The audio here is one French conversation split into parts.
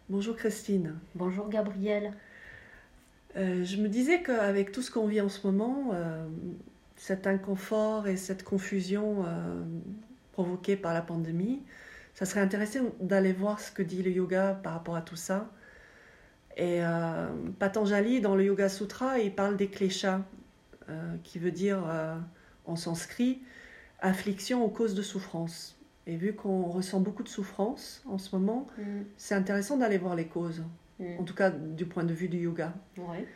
Bonjour Christine. Bonjour Gabrielle. Je me disais qu'avec tout ce qu'on vit en ce moment, cet inconfort et cette confusion provoquée par la pandémie, ça serait intéressant d'aller voir ce que dit le yoga par rapport à tout ça. Et Patanjali, dans le Yoga Sutra, il parle des kleshas, qui veut dire en sanskrit affliction aux causes de souffrance. Et vu qu'on ressent beaucoup de souffrance en ce moment, c'est intéressant d'aller voir les causes, en tout cas du point de vue du yoga. Ouais.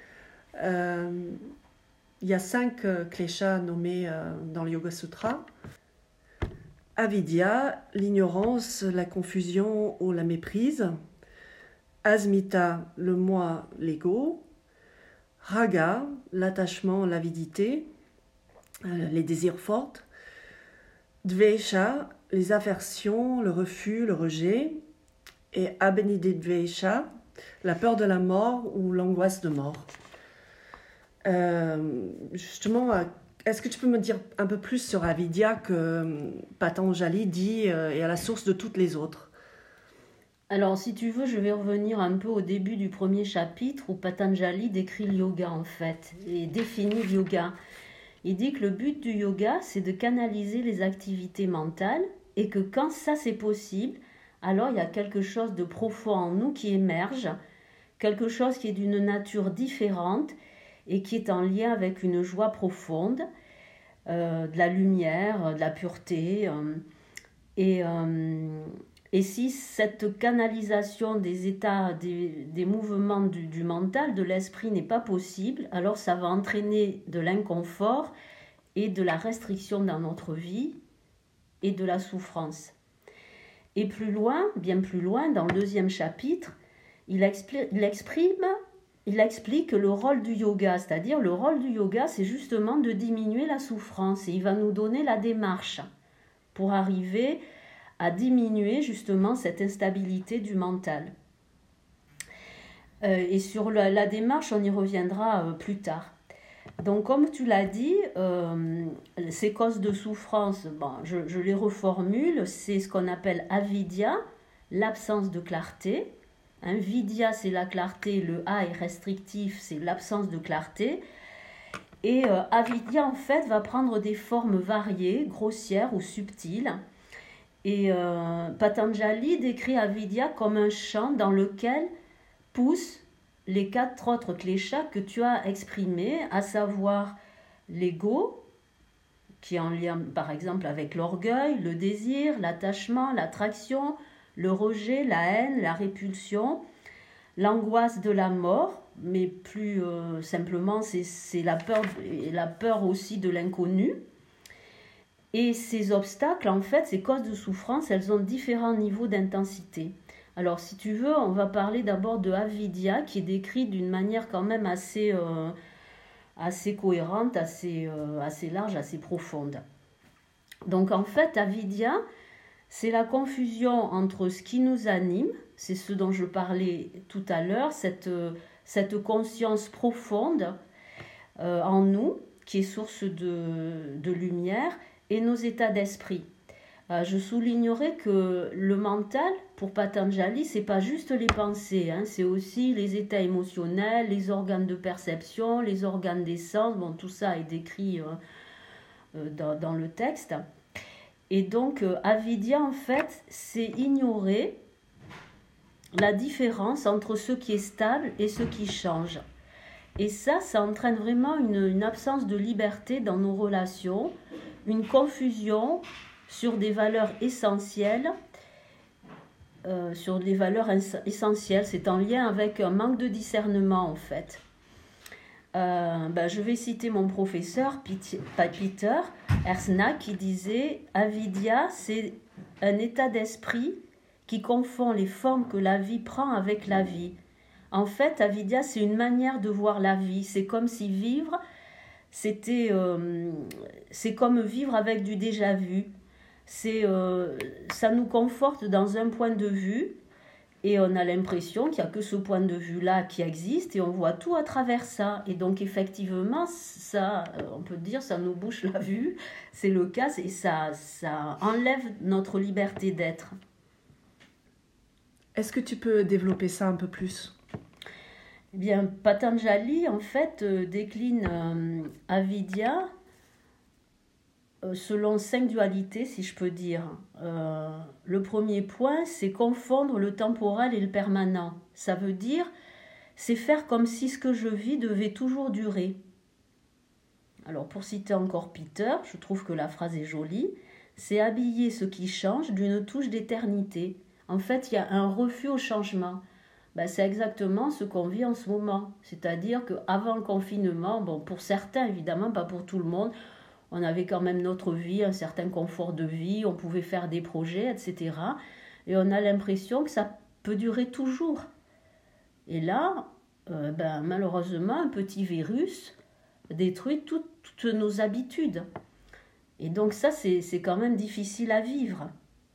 Il y a 5 kleshas nommés dans le Yoga Sutra. Avidya, l'ignorance, la confusion ou la méprise. Asmita, le moi, l'ego. Raga, l'attachement, l'avidité, les désirs forts. Dvesha, les aversions, le refus, le rejet. Et Abhinidvesha, la peur de la mort ou l'angoisse de mort. Justement, est-ce que tu peux me dire un peu plus sur Avidya que Patanjali dit est à la source de toutes les autres? Alors, si tu veux, je vais revenir un peu au début du premier chapitre où Patanjali décrit le yoga en fait et définit le yoga. Il dit que le but du yoga, c'est de canaliser les activités mentales et que quand ça c'est possible, alors il y a quelque chose de profond en nous qui émerge, quelque chose qui est d'une nature différente et qui est en lien avec une joie profonde, de la lumière, de la pureté. Et, euh, et si cette canalisation des états, des mouvements du mental, de l'esprit n'est pas possible, alors ça va entraîner de l'inconfort et de la restriction dans notre vie et de la souffrance. Et plus loin, bien plus loin, dans le deuxième chapitre, il explique le rôle du yoga, c'est-à-dire le rôle du yoga, c'est justement de diminuer la souffrance et il va nous donner la démarche pour arriver à diminuer justement cette instabilité du mental. Et sur la démarche, on y reviendra plus tard. Donc comme tu l'as dit, ces causes de souffrance, bon, je les reformule, c'est ce qu'on appelle avidya, l'absence de clarté. Vidya, c'est la clarté, le A est restrictif, c'est l'absence de clarté. Et avidya, en fait, va prendre des formes variées, grossières ou subtiles. Et Patanjali décrit avidya comme un champ dans lequel poussent les 4 autres kleshas que tu as exprimés, à savoir l'ego, qui est en lien par exemple avec l'orgueil, le désir, l'attachement, l'attraction, le rejet, la haine, la répulsion, l'angoisse de la mort, mais plus simplement c'est la peur aussi de l'inconnu. Et ces obstacles, en fait, ces causes de souffrance, elles ont différents niveaux d'intensité. Alors, si tu veux, on va parler d'abord de avidya, qui est décrit d'une manière quand même assez cohérente, assez large, assez profonde. Donc, en fait, avidya, c'est la confusion entre ce qui nous anime, c'est ce dont je parlais tout à l'heure, cette conscience profonde en nous, qui est source de lumière, et nos états d'esprit. Je soulignerai que le mental, pour Patanjali, c'est pas juste les pensées, c'est aussi les états émotionnels, les organes de perception, les organes des sens, bon, tout ça est décrit dans le texte. Et donc, avidya, en fait, c'est ignorer la différence entre ce qui est stable et ce qui change. Et ça entraîne vraiment une absence de liberté dans nos relations, une confusion sur des valeurs essentielles. C'est en lien avec un manque de discernement en fait. Je vais citer mon professeur Peter Ersnack qui disait « Avidya, c'est un état d'esprit qui confond les formes que la vie prend avec la vie. En fait, avidya, c'est une manière de voir la vie. C'est comme si vivre, c'est comme vivre avec du déjà-vu. Ça nous conforte dans un point de vue et on a l'impression qu'il n'y a que ce point de vue-là qui existe et on voit tout à travers ça. Et donc, effectivement, ça, on peut dire, ça nous bouche la vue. C'est le cas et ça enlève notre liberté d'être. Est-ce que tu peux développer ça un peu plus? Eh bien, Patanjali, en fait, décline Avidya selon 5 dualités, si je peux dire. Le premier point, c'est confondre le temporel et le permanent. Ça veut dire, c'est faire comme si ce que je vis devait toujours durer. Alors, pour citer encore Peter, je trouve que la phrase est jolie, c'est habiller ce qui change d'une touche d'éternité. En fait, il y a un refus au changement. Ben, c'est exactement ce qu'on vit en ce moment. C'est-à-dire qu'avant le confinement, bon, pour certains évidemment, pas pour tout le monde, on avait quand même notre vie, un certain confort de vie, on pouvait faire des projets, etc. Et on a l'impression que ça peut durer toujours. Et là, malheureusement, un petit virus détruit toutes nos habitudes. Et donc ça, c'est quand même difficile à vivre.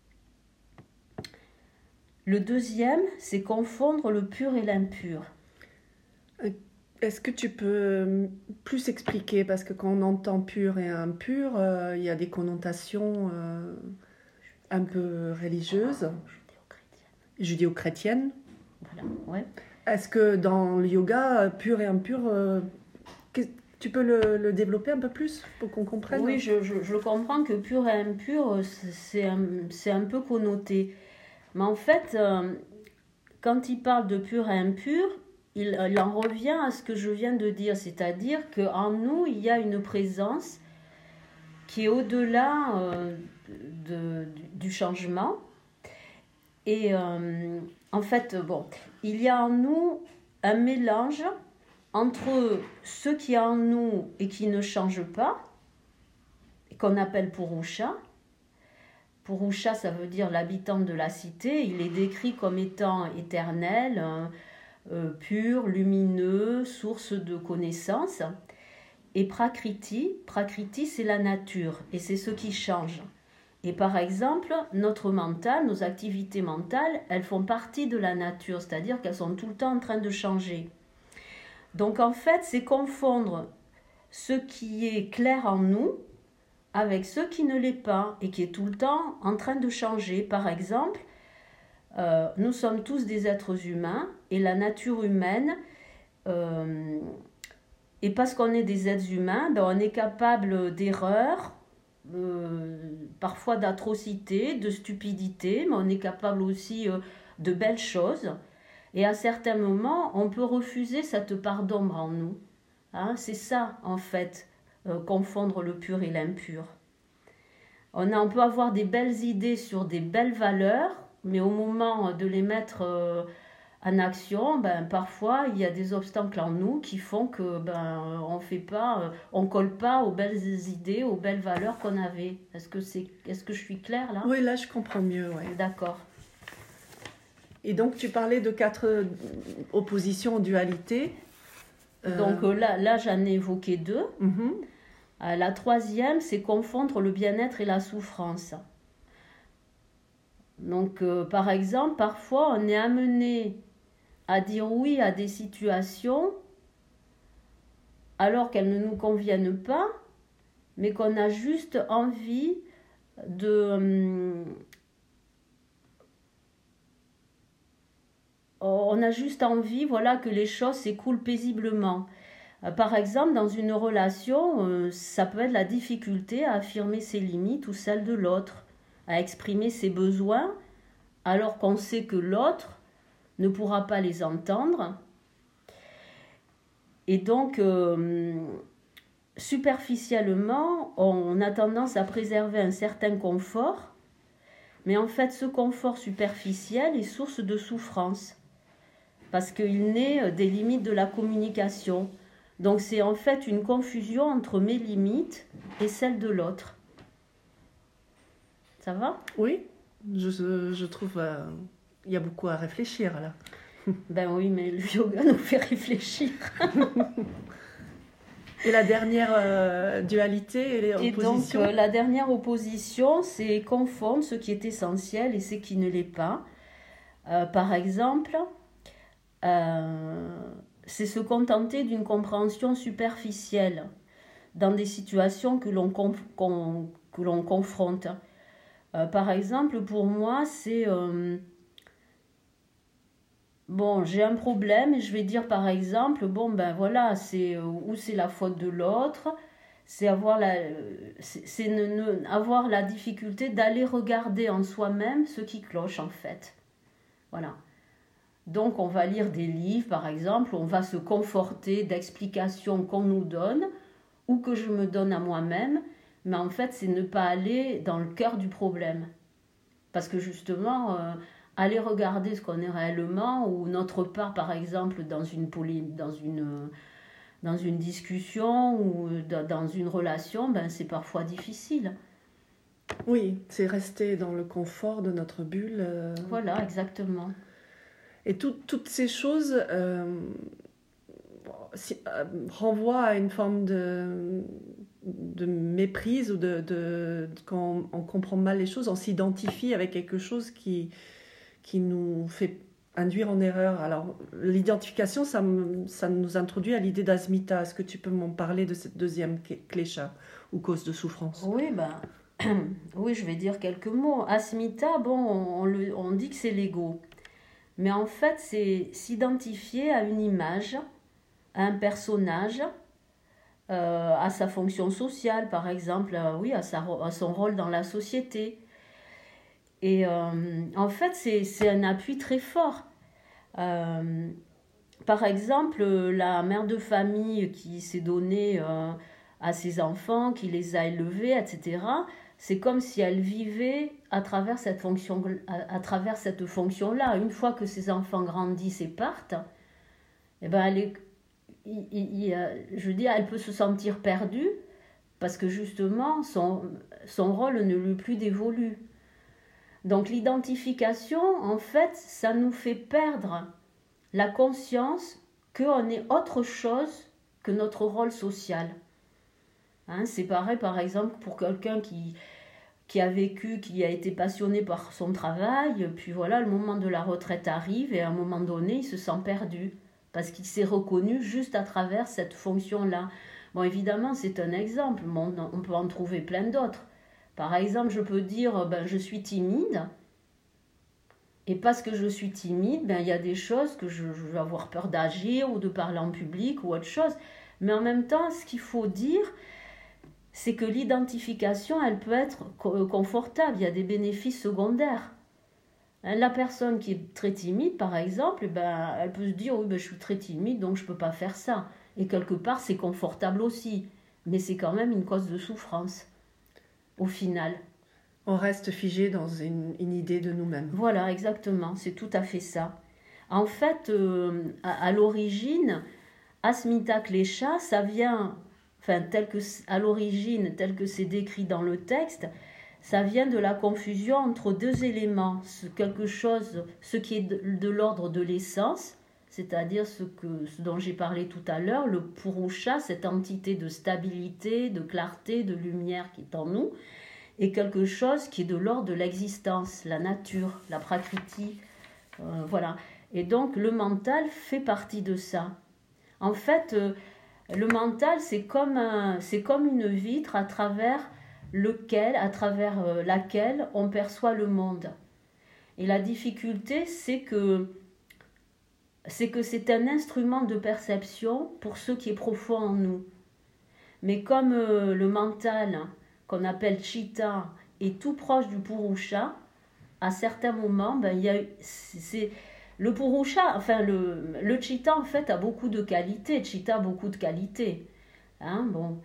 Le deuxième, c'est confondre le pur et l'impur. Est-ce que tu peux plus expliquer? Parce que quand on entend pur et impur, il y a des connotations un peu religieuses, judéo-chrétiennes. Voilà, ouais. Est-ce que dans le yoga, pur et impur, tu peux le développer un peu plus pour qu'on comprenne? Oui, je comprends que pur et impur, c'est un peu connoté. Mais en fait, quand il parle de pur et impur, il en revient à ce que je viens de dire, c'est-à-dire qu'en nous, il y a une présence qui est au-delà du changement. Et en fait, il y a en nous un mélange entre ce qui est en nous et qui ne change pas, qu'on appelle Purusha. Purusha, ça veut dire l'habitant de la cité. Il est décrit comme étant éternel, pur, lumineux, source de connaissance. Et Prakriti, c'est la nature et c'est ce qui change. Et par exemple, notre mental, nos activités mentales, elles font partie de la nature, c'est-à-dire qu'elles sont tout le temps en train de changer. Donc en fait, c'est confondre ce qui est clair en nous avec ce qui ne l'est pas et qui est tout le temps en train de changer. Par exemple, nous sommes tous des êtres humains et la nature humaine, et parce qu'on est des êtres humains, on est capable d'erreurs, parfois d'atrocités, de stupidités, mais on est capable aussi de belles choses. Et à certains moments, on peut refuser cette part d'ombre en nous. Hein, c'est ça, en fait, confondre le pur et l'impur. On peut avoir des belles idées sur des belles valeurs, mais au moment de les mettre en action, parfois il y a des obstacles en nous qui font que on colle pas aux belles idées, aux belles valeurs qu'on avait. Est-ce que je suis claire là? Oui, là je comprends mieux. Ouais. D'accord. Et donc tu parlais de 4 oppositions, dualités. Donc là j'en ai évoqué 2. Mm-hmm. La troisième, c'est confondre le bien-être et la souffrance. Donc, par exemple, parfois, on est amené à dire oui à des situations alors qu'elles ne nous conviennent pas, mais qu'on a juste envie que les choses s'écoulent paisiblement. Par exemple, dans une relation, ça peut être la difficulté à affirmer ses limites ou celles de l'autre, à exprimer ses besoins, alors qu'on sait que l'autre ne pourra pas les entendre. Et donc, superficiellement, on a tendance à préserver un certain confort, mais en fait, ce confort superficiel est source de souffrance, parce qu'il naît des limites de la communication. Donc c'est en fait une confusion entre mes limites et celles de l'autre. Ça va? Oui, je trouve il y a beaucoup à réfléchir là. Ben oui, mais le yoga nous fait réfléchir. Et la dernière dualité et les oppositions? Et donc la dernière opposition, c'est confondre ce qui est essentiel et ce qui ne l'est pas. Par exemple, c'est se contenter d'une compréhension superficielle dans des situations que l'on confronte. Par exemple, pour moi, c'est Bon, j'ai un problème et je vais dire par exemple, bon ben voilà, ou c'est la faute de l'autre, c'est avoir la difficulté d'aller regarder en soi-même ce qui cloche en fait. Voilà. Donc on va lire des livres par exemple, on va se conforter d'explications qu'on nous donne ou que je me donne à moi-même, mais en fait c'est ne pas aller dans le cœur du problème. Parce que justement, aller regarder ce qu'on est réellement, ou notre part, par exemple, dans une discussion ou dans une relation, ben, c'est parfois difficile. Oui, c'est rester dans le confort de notre bulle. Voilà, exactement. Et toutes ces choses renvoient à une forme de méprise ou quand on comprend mal les choses, on s'identifie avec quelque chose qui nous fait induire en erreur. Alors, l'identification, ça nous introduit à l'idée d'asmita. Est-ce que tu peux m'en parler de cette deuxième klesha, ou cause de souffrance? Oui, ben, oui, je vais dire quelques mots. Asmita, bon, on dit que c'est l'ego. Mais en fait, c'est s'identifier à une image, à un personnage, à sa fonction sociale, par exemple, oui, à son rôle dans la société. Et en fait, c'est un appui très fort. Par exemple, la mère de famille qui s'est donnée à ses enfants, qui les a élevés, etc., c'est comme si elle vivait à travers cette fonction-là. Une fois que ses enfants grandissent et partent, eh ben je veux dire, elle peut se sentir perdue parce que justement, son rôle ne lui est plus dévolu. Donc l'identification, en fait, ça nous fait perdre la conscience qu'on est autre chose que notre rôle social. Hein, c'est pareil, par exemple, pour quelqu'un qui a vécu, qui a été passionné par son travail, puis voilà, le moment de la retraite arrive et à un moment donné, il se sent perdu parce qu'il s'est reconnu juste à travers cette fonction-là. Bon, évidemment, c'est un exemple, mais on peut en trouver plein d'autres. Par exemple, je peux dire, ben, je suis timide, et parce que je suis timide, ben, il y a des choses que je vais avoir peur d'agir ou de parler en public ou autre chose. Mais en même temps, ce qu'il faut dire, c'est que l'identification, elle peut être confortable, il y a des bénéfices secondaires. La personne qui est très timide, par exemple, ben, elle peut se dire, oui, ben, je suis très timide, donc je ne peux pas faire ça. Et quelque part, c'est confortable aussi, mais c'est quand même une cause de souffrance, au final. On reste figé dans une idée de nous-mêmes. Voilà, exactement, c'est tout à fait ça. En fait, à l'origine, Asmita Klesha, ça vient, enfin, à l'origine, tel que c'est décrit dans le texte, ça vient de la confusion entre deux éléments, ce qui est de l'ordre de l'essence, c'est-à-dire ce dont j'ai parlé tout à l'heure, le Purusha, cette entité de stabilité, de clarté, de lumière qui est en nous, et quelque chose qui est de l'ordre de l'existence, la nature, la prakriti, voilà. Et donc le mental fait partie de ça. En fait, le mental, c'est comme une vitre à travers laquelle on perçoit le monde. Et la difficulté, c'est que c'est un instrument de perception pour ce qui est profond en nous. Mais comme le mental, qu'on appelle chitta, est tout proche du purusha, à certains moments, ben, le purusha, enfin le chitta en fait a beaucoup de qualités. Chitta a beaucoup de qualités. Hein, bon,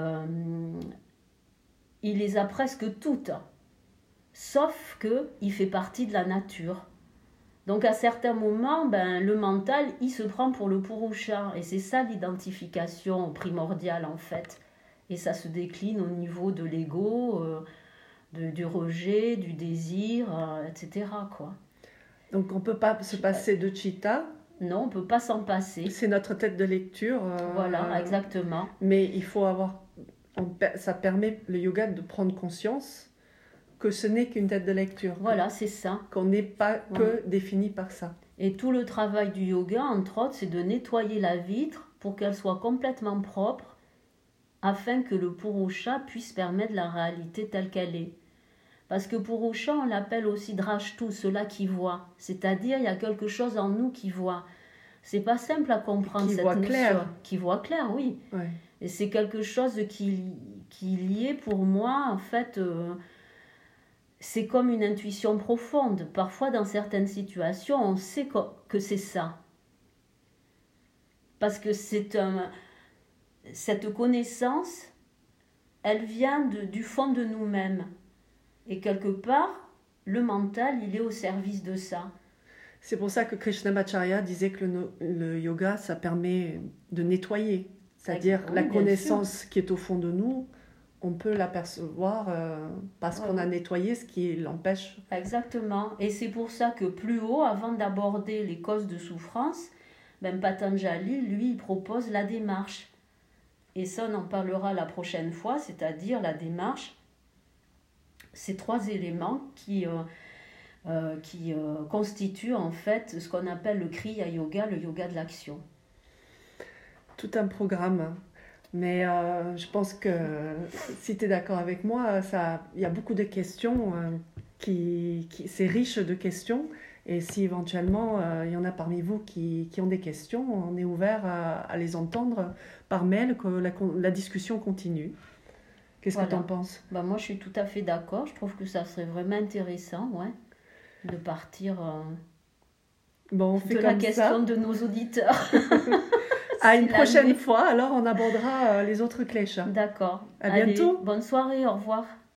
il les a presque toutes, sauf qu'il fait partie de la nature. Donc à certains moments, ben, le mental, il se prend pour le purusha. Et c'est ça l'identification primordiale en fait. Et ça se décline au niveau de l'ego, du rejet, du désir, etc. quoi. Donc on ne peut pas se passer de chitta. Non, on ne peut pas s'en passer. C'est notre tête de lecture. Voilà, exactement. Mais il faut ça permet le yoga de prendre conscience que ce n'est qu'une tête de lecture. Voilà, c'est ça. Qu'on n'est pas que défini par ça. Et tout le travail du yoga, entre autres, c'est de nettoyer la vitre pour qu'elle soit complètement propre, afin que le purusha puisse permettre la réalité telle qu'elle est. Parce que pour Auchan, on l'appelle aussi Drashtu, cela qui voit. C'est-à-dire, il y a quelque chose en nous qui voit. C'est pas simple à comprendre Qui cette voit notion. clair. Qui voit clair, oui. Ouais. Et c'est quelque chose qui est lié pour moi, en fait, c'est comme une intuition profonde. Parfois, dans certaines situations, on sait que c'est ça. Parce que cette connaissance, elle vient du fond de nous-mêmes. Et quelque part, le mental, il est au service de ça. C'est pour ça que Krishnamacharya disait que le yoga, ça permet de nettoyer. C'est-à-dire Oui, la bien connaissance qui est au fond de nous, on peut l'apercevoir parce qu'on a nettoyé ce qui l'empêche. Exactement. Et c'est pour ça que plus haut, avant d'aborder les causes de souffrance, même Patanjali, lui, il propose la démarche. Et ça, on en parlera la prochaine fois, c'est-à-dire la démarche. Ces 3 éléments qui constituent en fait ce qu'on appelle le Kriya Yoga, le yoga de l'action. Tout un programme. Mais je pense que si tu es d'accord avec moi, il y a beaucoup de questions, c'est riche de questions. Et si éventuellement il y en a parmi vous qui ont des questions, on est ouvert à les entendre par mail, que la discussion continue. Qu'est-ce que tu en penses? Moi, je suis tout à fait d'accord. Je trouve que ça serait vraiment intéressant, de partir on fait de la question de nos auditeurs. À une prochaine fois, alors on abordera les autres kleshas. D'accord. À bientôt. Bonne soirée, au revoir.